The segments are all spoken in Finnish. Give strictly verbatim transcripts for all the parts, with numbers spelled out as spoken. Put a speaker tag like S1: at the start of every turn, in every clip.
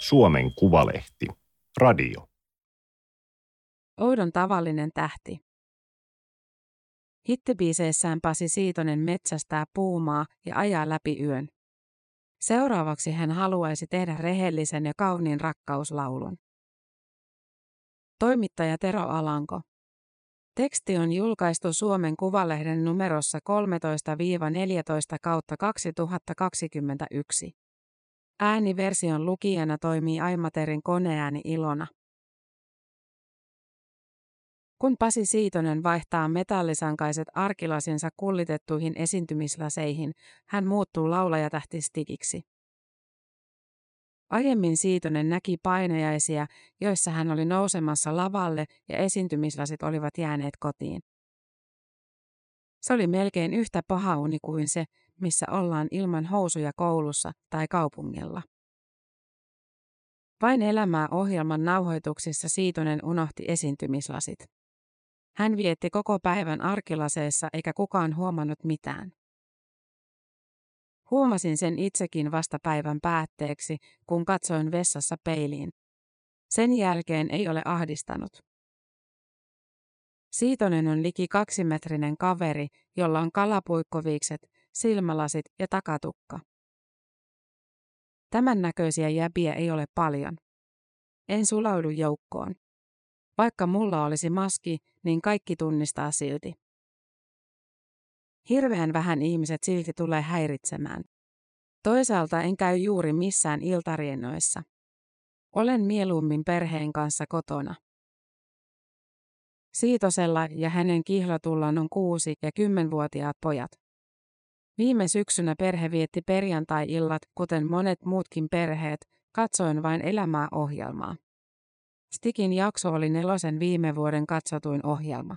S1: Suomen Kuvalehti. Radio.
S2: Oudon tavallinen tähti. Hittibiiseissään Pasi Siitonen metsästää puumaa ja ajaa läpi yön. Seuraavaksi hän haluaisi tehdä rehellisen ja kauniin rakkauslaulun. Toimittaja Tero Alanko. Teksti on julkaistu Suomen Kuvalehden numerossa kolmetoista neljätoista kautta kaksituhattakaksikymmentäyksi. Ääniversion lukijana toimii Aimaterin koneääni Ilona. Kun Pasi Siitonen vaihtaa metallisankaiset arkilasinsa kullitettuihin esiintymislaseihin, hän muuttuu laulajatähti Stigiksi. Aiemmin Siitonen näki painajaisia, joissa hän oli nousemassa lavalle ja esiintymislasit olivat jääneet kotiin. Se oli melkein yhtä paha uni kuin se, missä ollaan ilman housuja koulussa tai kaupungilla. Vain elämää ohjelman nauhoituksissa Siitonen unohti esiintymislasit. Hän vietti koko päivän arkilaseissa eikä kukaan huomannut mitään. Huomasin sen itsekin vasta päivän päätteeksi, kun katsoin vessassa peiliin. Sen jälkeen ei ole ahdistanut. Siitonen on liki kaksimetrinen kaveri, jolla on kalapuikkoviikset, silmälasit ja takatukka. Tämän näköisiä jäbiä ei ole paljon. En sulaudu joukkoon. Vaikka mulla olisi maski, niin kaikki tunnistaa silti. Hirveän vähän ihmiset silti tulee häiritsemään. Toisaalta en käy juuri missään iltariennoissa. Olen mieluummin perheen kanssa kotona. Siitosella ja hänen kihlatullaan on kuusi- ja kymmenvuotiaat pojat. Viime syksynä perhe vietti perjantai-illat, kuten monet muutkin perheet, katsoin vain elämää ohjelmaa. Stigin jakso oli nelosen viime vuoden katsotuin ohjelma.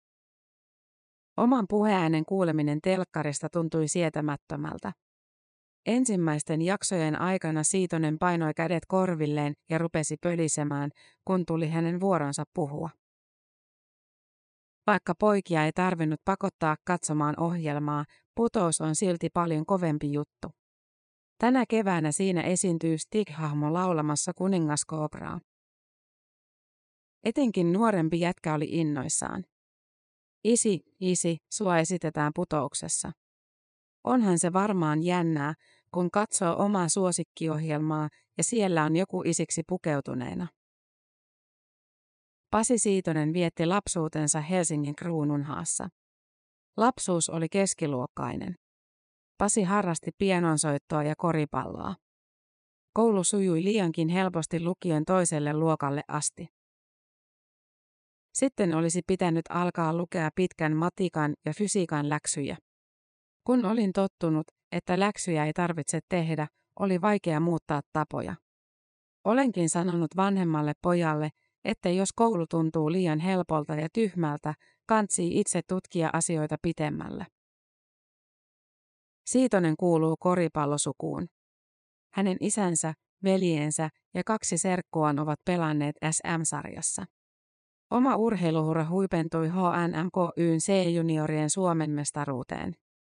S2: Oman puheäänen kuuleminen telkkarista tuntui sietämättömältä. Ensimmäisten jaksojen aikana Siitonen painoi kädet korvilleen ja rupesi pölisemään, kun tuli hänen vuoronsa puhua. Vaikka poikia ei tarvinnut pakottaa katsomaan ohjelmaa, putous on silti paljon kovempi juttu. Tänä keväänä siinä esiintyy Stig-hahmo laulamassa kuningaskoopraa. Etenkin nuorempi jätkä oli innoissaan. Isi, isi, sua esitetään putouksessa. Onhan se varmaan jännää, kun katsoo omaa suosikkiohjelmaa ja siellä on joku isiksi pukeutuneena. Pasi Siitonen vietti lapsuutensa Helsingin Kruununhaassa. Lapsuus oli keskiluokkainen. Pasi harrasti pianonsoittoa ja koripalloa. Koulu sujui liiankin helposti lukion toiselle luokalle asti. Sitten olisi pitänyt alkaa lukea pitkän matikan ja fysiikan läksyjä. Kun olin tottunut, että läksyjä ei tarvitse tehdä, oli vaikea muuttaa tapoja. Olenkin sanonut vanhemmalle pojalle, että jos koulu tuntuu liian helpolta ja tyhmältä, kantsii itse tutkia asioita pitemmällä. Siitonen kuuluu koripallosukuun. Hänen isänsä, veljensä ja kaksi serkkuaan ovat pelanneet S M-sarjassa. Oma urheiluura huipentui H N M K Y:n C-juniorien Suomen mestaruuteen.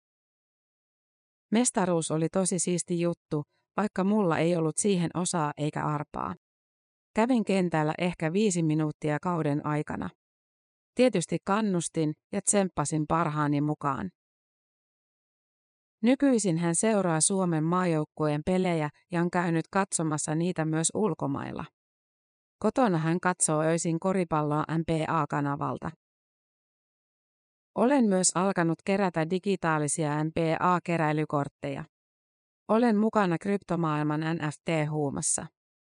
S2: Mestaruus oli tosi siisti juttu, vaikka mulla ei ollut siihen osaa eikä arpaa. Kävin kentällä ehkä viisi minuuttia kauden aikana. Tietysti kannustin ja tsemppasin parhaani mukaan. Nykyisin hän seuraa Suomen maajoukkueen pelejä ja on käynyt katsomassa niitä myös ulkomailla. Kotona hän katsoo öisin koripalloa N B A-kanavalta. Olen myös alkanut kerätä digitaalisia N B A-keräilykortteja. Olen mukana kryptomaailman N F T-huumassa.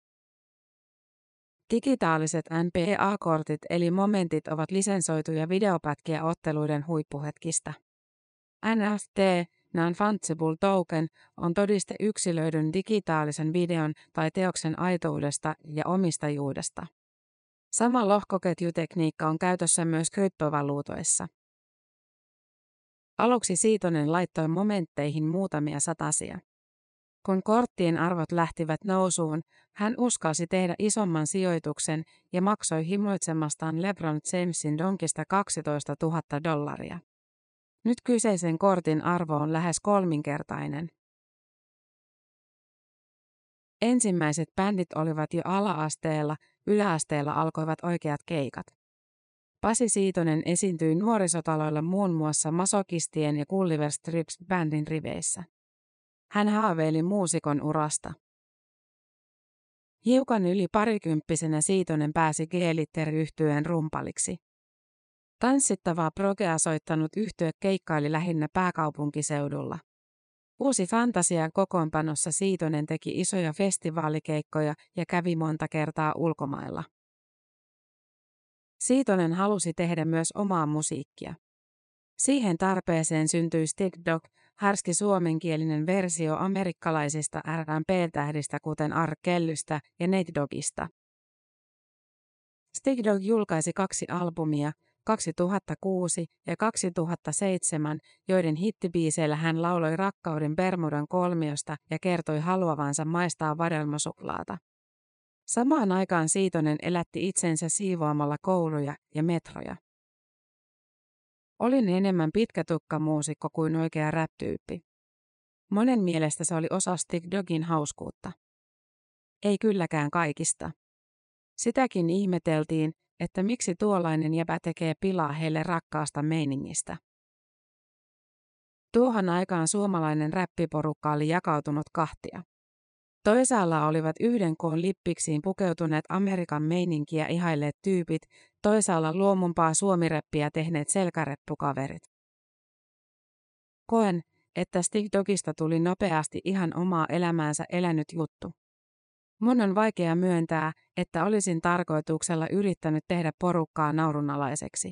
S2: Digitaaliset N B A-kortit eli momentit ovat lisensoituja videopätkiä otteluiden huippuhetkistä. N F T, Non-Fungible Token, on todiste yksilöidyn digitaalisen videon tai teoksen aitoudesta ja omistajuudesta. Sama lohkoketjutekniikka on käytössä myös kryptovaluutoissa. Aluksi Siitonen laittoi momentteihin muutamia satasia. Kun korttien arvot lähtivät nousuun, hän uskalsi tehdä isomman sijoituksen ja maksoi himoitsemastaan LeBron Jamesin donkista kaksitoistatuhatta dollaria. Nyt kyseisen kortin arvo on lähes kolminkertainen. Ensimmäiset bändit olivat jo ala-asteella, yläasteella alkoivat oikeat keikat. Pasi Siitonen esiintyi nuorisotaloilla muun muassa Masokistien ja Gulliver Strips-bändin riveissä. Hän haaveili muusikon urasta. Hiukan yli parikymppisenä Siitonen pääsi G-Litter-yhtyeen rumpaliksi. Tanssittavaa progea soittanut yhtye keikkaili lähinnä pääkaupunkiseudulla. Uusi fantasia kokoonpanossa Siitonen teki isoja festivaalikeikkoja ja kävi monta kertaa ulkomailla. Siitonen halusi tehdä myös omaa musiikkia. Siihen tarpeeseen syntyi Stick Dog, härski suomenkielinen versio amerikkalaisista R and B-tähdistä kuten R. Kellystä ja Nate Doggista. Stick Dog julkaisi kaksi albumia, kaksituhattakuusi ja kaksituhattaseitsemän, joiden hittibiiseillä hän lauloi rakkauden Bermudan kolmiosta ja kertoi haluavansa maistaa vadelmasuklaata. Samaan aikaan Siitonen elätti itsensä siivoamalla kouluja ja metroja. Olin enemmän pitkätukkamuusikko kuin oikea rap-tyyppi. Monen mielestä se oli osa Stick Dogin hauskuutta. Ei kylläkään kaikista. Sitäkin ihmeteltiin, että miksi tuollainen jäbä tekee pilaa heille rakkaasta meiningistä. Tuohon aikaan suomalainen räppiporukka oli jakautunut kahtia. Toisaalla olivat yhden koon lippiksiin pukeutuneet Amerikan meininkiä ihailleet tyypit, toisaalla luomumpaa suomiräppiä tehneet selkäreppukaverit. Koen, että Stick Dogista tuli nopeasti ihan omaa elämäänsä elänyt juttu. Mun on vaikea myöntää, että olisin tarkoituksella yrittänyt tehdä porukkaa naurunalaiseksi.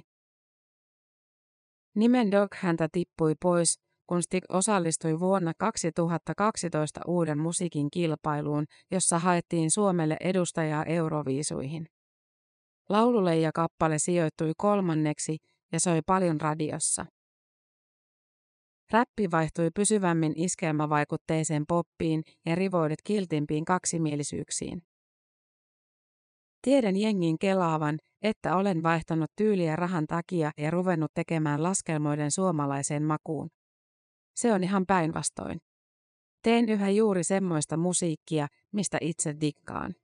S2: Nimen Dog häntä tippui pois, kun Stick osallistui vuonna kaksituhattakaksitoista uuden musiikin kilpailuun, jossa haettiin Suomelle edustajaa Euroviisuihin. Laululeija-kappale sijoittui kolmanneksi ja soi paljon radiossa. Räppi vaihtui pysyvämmin iskelmävaikutteiseen poppiin ja rivoidet kiltimpiin kaksimielisyyksiin. Tiedän jengin kelaavan, että olen vaihtanut tyyliä rahan takia ja ruvennut tekemään laskelmoiden suomalaiseen makuun. Se on ihan päinvastoin. Teen yhä juuri semmoista musiikkia, mistä itse dikkaan.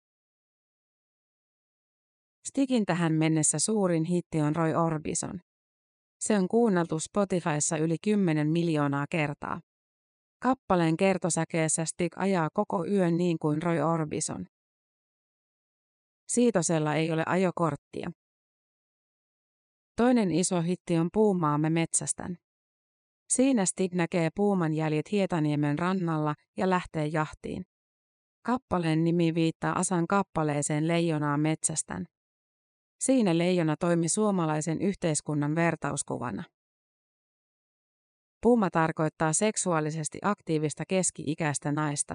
S2: Stickin tähän mennessä suurin hitti on Roy Orbison. Se on kuunneltu Spotifyssa yli kymmenen miljoonaa kertaa. Kappaleen kertosäkeessä Stick ajaa koko yön niin kuin Roy Orbison. Siitosella ei ole ajokorttia. Toinen iso hitti on Puumaamme metsästän. Siinä Stick näkee puuman jäljet Hietaniemen rannalla ja lähtee jahtiin. Kappaleen nimi viittaa Asan kappaleeseen Leijonaa metsästän. Siinä leijona toimi suomalaisen yhteiskunnan vertauskuvana. Puuma tarkoittaa seksuaalisesti aktiivista keski-ikäistä naista.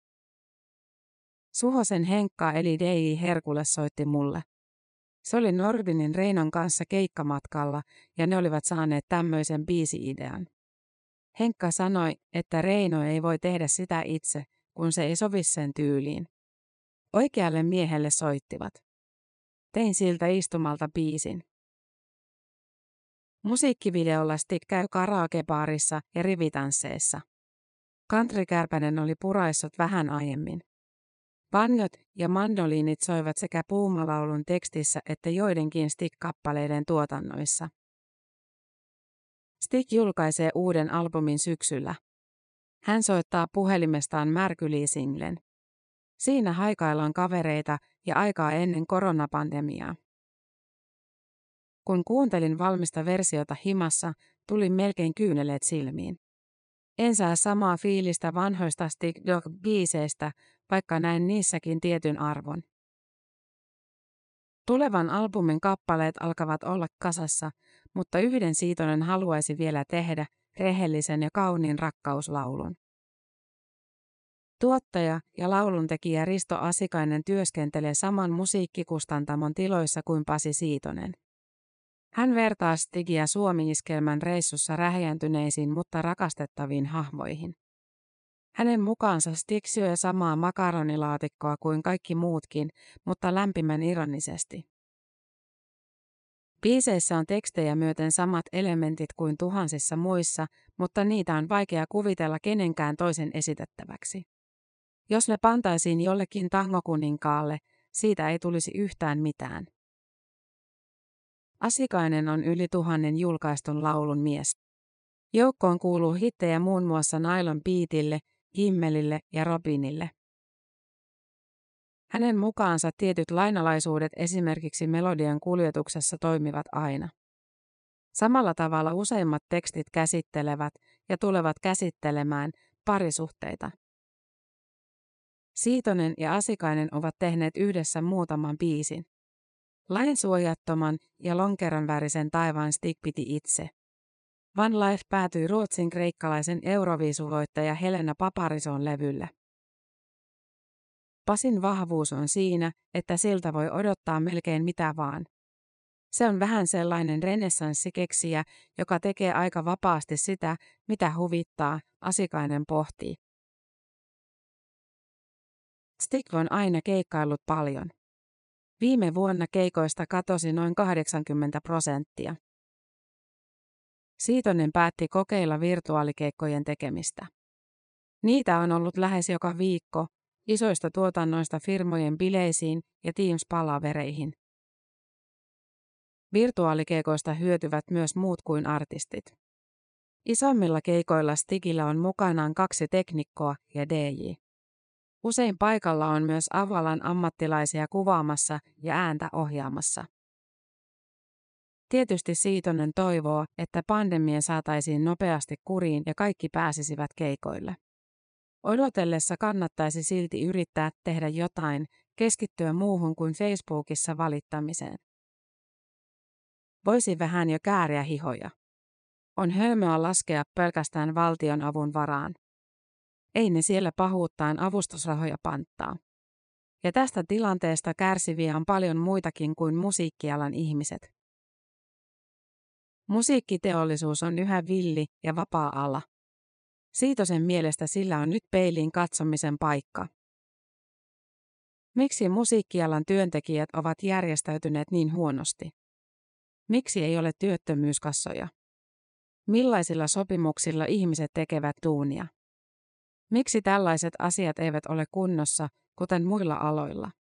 S2: Suhosen Henkka eli D J Herkule soitti mulle. Se oli Nordinin Reinon kanssa keikkamatkalla ja ne olivat saaneet tämmöisen biisi-idean. Henkka sanoi, että Reino ei voi tehdä sitä itse, kun se ei sovi sen tyyliin. Oikealle miehelle soittivat. Tein siltä istumalta biisin. Musiikkivideolla Stick käy karaokebaarissa ja rivitansseissa. Country Kärpänen oli puraissut vähän aiemmin. Banjot ja mandoliinit soivat sekä puumalaulun tekstissä että joidenkin Stick-kappaleiden tuotannoissa. Stick julkaisee uuden albumin syksyllä. Hän soittaa puhelimestaan Märkyli-singlen. Siinä haikaillaan kavereita ja aikaa ennen koronapandemiaa. Kun kuuntelin valmista versiota himassa, tuli melkein kyyneleet silmiin. En saa samaa fiilistä vanhoista Stick Dog-biiseistä, vaikka näen niissäkin tietyn arvon. Tulevan albumin kappaleet alkavat olla kasassa, mutta yhden Siitonen haluaisi vielä tehdä, rehellisen ja kauniin rakkauslaulun. Tuottaja ja lauluntekijä Risto Asikainen työskentelee saman musiikkikustantamon tiloissa kuin Pasi Siitonen. Hän vertaa Stickia Suomi-iskelmän reissussa rähjäntyneisiin, mutta rakastettaviin hahmoihin. Hänen mukaansa Stick syö samaa makaronilaatikkoa kuin kaikki muutkin, mutta lämpimän ironisesti. Biiseissä on tekstejä myöten samat elementit kuin tuhansissa muissa, mutta niitä on vaikea kuvitella kenenkään toisen esitettäväksi. Jos ne pantaisiin jollekin tangokuninkaalle, siitä ei tulisi yhtään mitään. Asikainen on yli tuhannen julkaistun laulun mies. Joukkoon kuuluu hittejä muun muassa Nylon Beatille, Himmelille ja Robinille. Hänen mukaansa tietyt lainalaisuudet esimerkiksi melodian kuljetuksessa toimivat aina. Samalla tavalla useimmat tekstit käsittelevät ja tulevat käsittelemään parisuhteita. Siitonen ja Asikainen ovat tehneet yhdessä muutaman biisin. Lainsuojattoman ja lonkeron värisen taivaan Stig piti itse. One Life päätyi Ruotsin kreikkalaisen Euroviisuvoittaja Helena Paparison levylle. Pasin vahvuus on siinä, että siltä voi odottaa melkein mitä vaan. Se on vähän sellainen renessanssikekijä, joka tekee aika vapaasti sitä, mitä huvittaa, Asikainen pohtii. Stig on aina keikkaillut paljon. Viime vuonna keikoista katosi noin kahdeksankymmentä prosenttia. Siitonen päätti kokeilla virtuaalikeikkojen tekemistä. Niitä on ollut lähes joka viikko, isoista tuotannoista firmojen bileisiin ja Teams-palavereihin. Virtuaalikeikoista hyötyvät myös muut kuin artistit. Isommilla keikoilla Stigillä on mukanaan kaksi teknikkoa ja D J. Usein paikalla on myös avalan ammattilaisia kuvaamassa ja ääntä ohjaamassa. Tietysti Siitonen toivoo, että pandemia saataisiin nopeasti kuriin ja kaikki pääsisivät keikoille. Odotellessa kannattaisi silti yrittää tehdä jotain, keskittyä muuhun kuin Facebookissa valittamiseen. Voisi vähän jo kääriä hihoja. On hölmöä laskea pelkästään valtion avun varaan. Ei ne siellä pahuuttaan avustusrahoja panttaa. Ja tästä tilanteesta kärsiviä on paljon muitakin kuin musiikkialan ihmiset. Musiikkiteollisuus on yhä villi ja vapaa ala. Siitosen mielestä sillä on nyt peiliin katsomisen paikka. Miksi musiikkialan työntekijät ovat järjestäytyneet niin huonosti? Miksi ei ole työttömyyskassoja? Millaisilla sopimuksilla ihmiset tekevät duunia? Miksi tällaiset asiat eivät ole kunnossa, kuten muilla aloilla?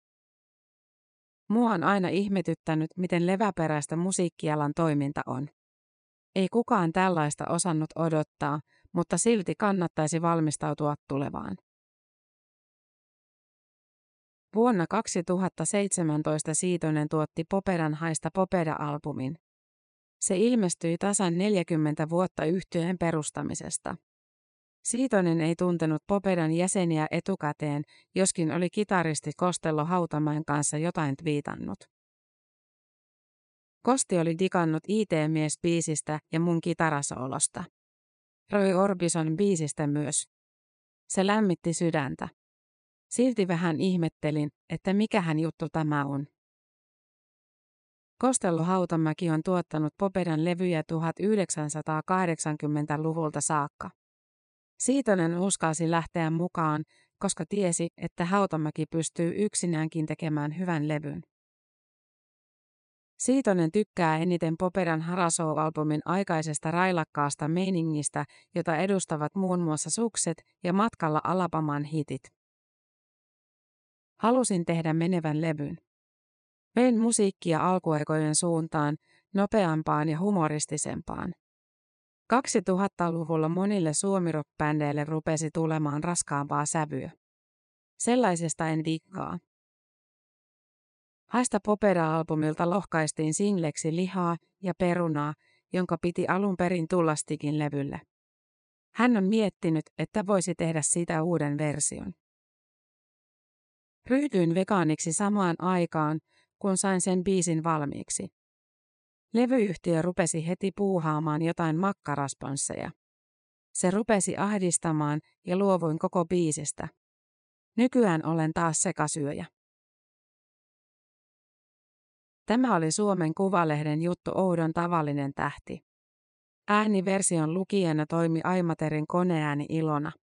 S2: Mua on aina ihmetyttänyt, miten leväperäistä musiikkialan toiminta on. Ei kukaan tällaista osannut odottaa, mutta silti kannattaisi valmistautua tulevaan. Vuonna kaksituhattaseitsemäntoista Siitonen tuotti Popedan haista Popeda-albumin. Se ilmestyi tasan neljäkymmentä vuotta yhtyeen perustamisesta. Siitonen ei tuntenut Popedan jäseniä etukäteen, joskin oli kitaristi Kostello Hautamäen kanssa jotain twiitannut. Kosti oli digannut I T-mies-biisistä ja mun kitarasoolosta. Roy Orbison biisistä myös. Se lämmitti sydäntä. Silti vähän ihmettelin, että mikähän juttu tämä on. Kostello Hautamäki on tuottanut Popedan levyjä tuhatyhdeksänsataakahdeksankymmentäluvulta saakka. Siitonen uskalsi lähteä mukaan, koska tiesi, että Hautamäki pystyy yksinäänkin tekemään hyvän levyn. Siitonen tykkää eniten Popedan Harasoo-albumin aikaisesta railakkaasta meiningistä, jota edustavat muun muassa Sukset ja Matkalla Alabaman hitit. Halusin tehdä menevän levyn. Vein musiikkia alkuaikojen suuntaan, nopeampaan ja humoristisempaan. kaksituhattaluvulla monille suomirock-bändeille rupesi tulemaan raskaampaa sävyä. Sellaisesta en dikkaa. Haista Popeda-albumilta lohkaistiin singleksi Lihaa ja perunaa, jonka piti alun perin tulla Stigin levylle. Hän on miettinyt, että voisi tehdä siitä uuden version. Ryhdyin vegaaniksi samaan aikaan, kun sain sen biisin valmiiksi. Levyyhtiö rupesi heti puuhaamaan jotain makkarasponsseja. Se rupesi ahdistamaan ja luovuin koko biisistä. Nykyään olen taas sekasyöjä. Tämä oli Suomen Kuvalehden juttu Oudon tavallinen tähti. Ääniversion lukijana toimi Aimaterin koneääni Ilona.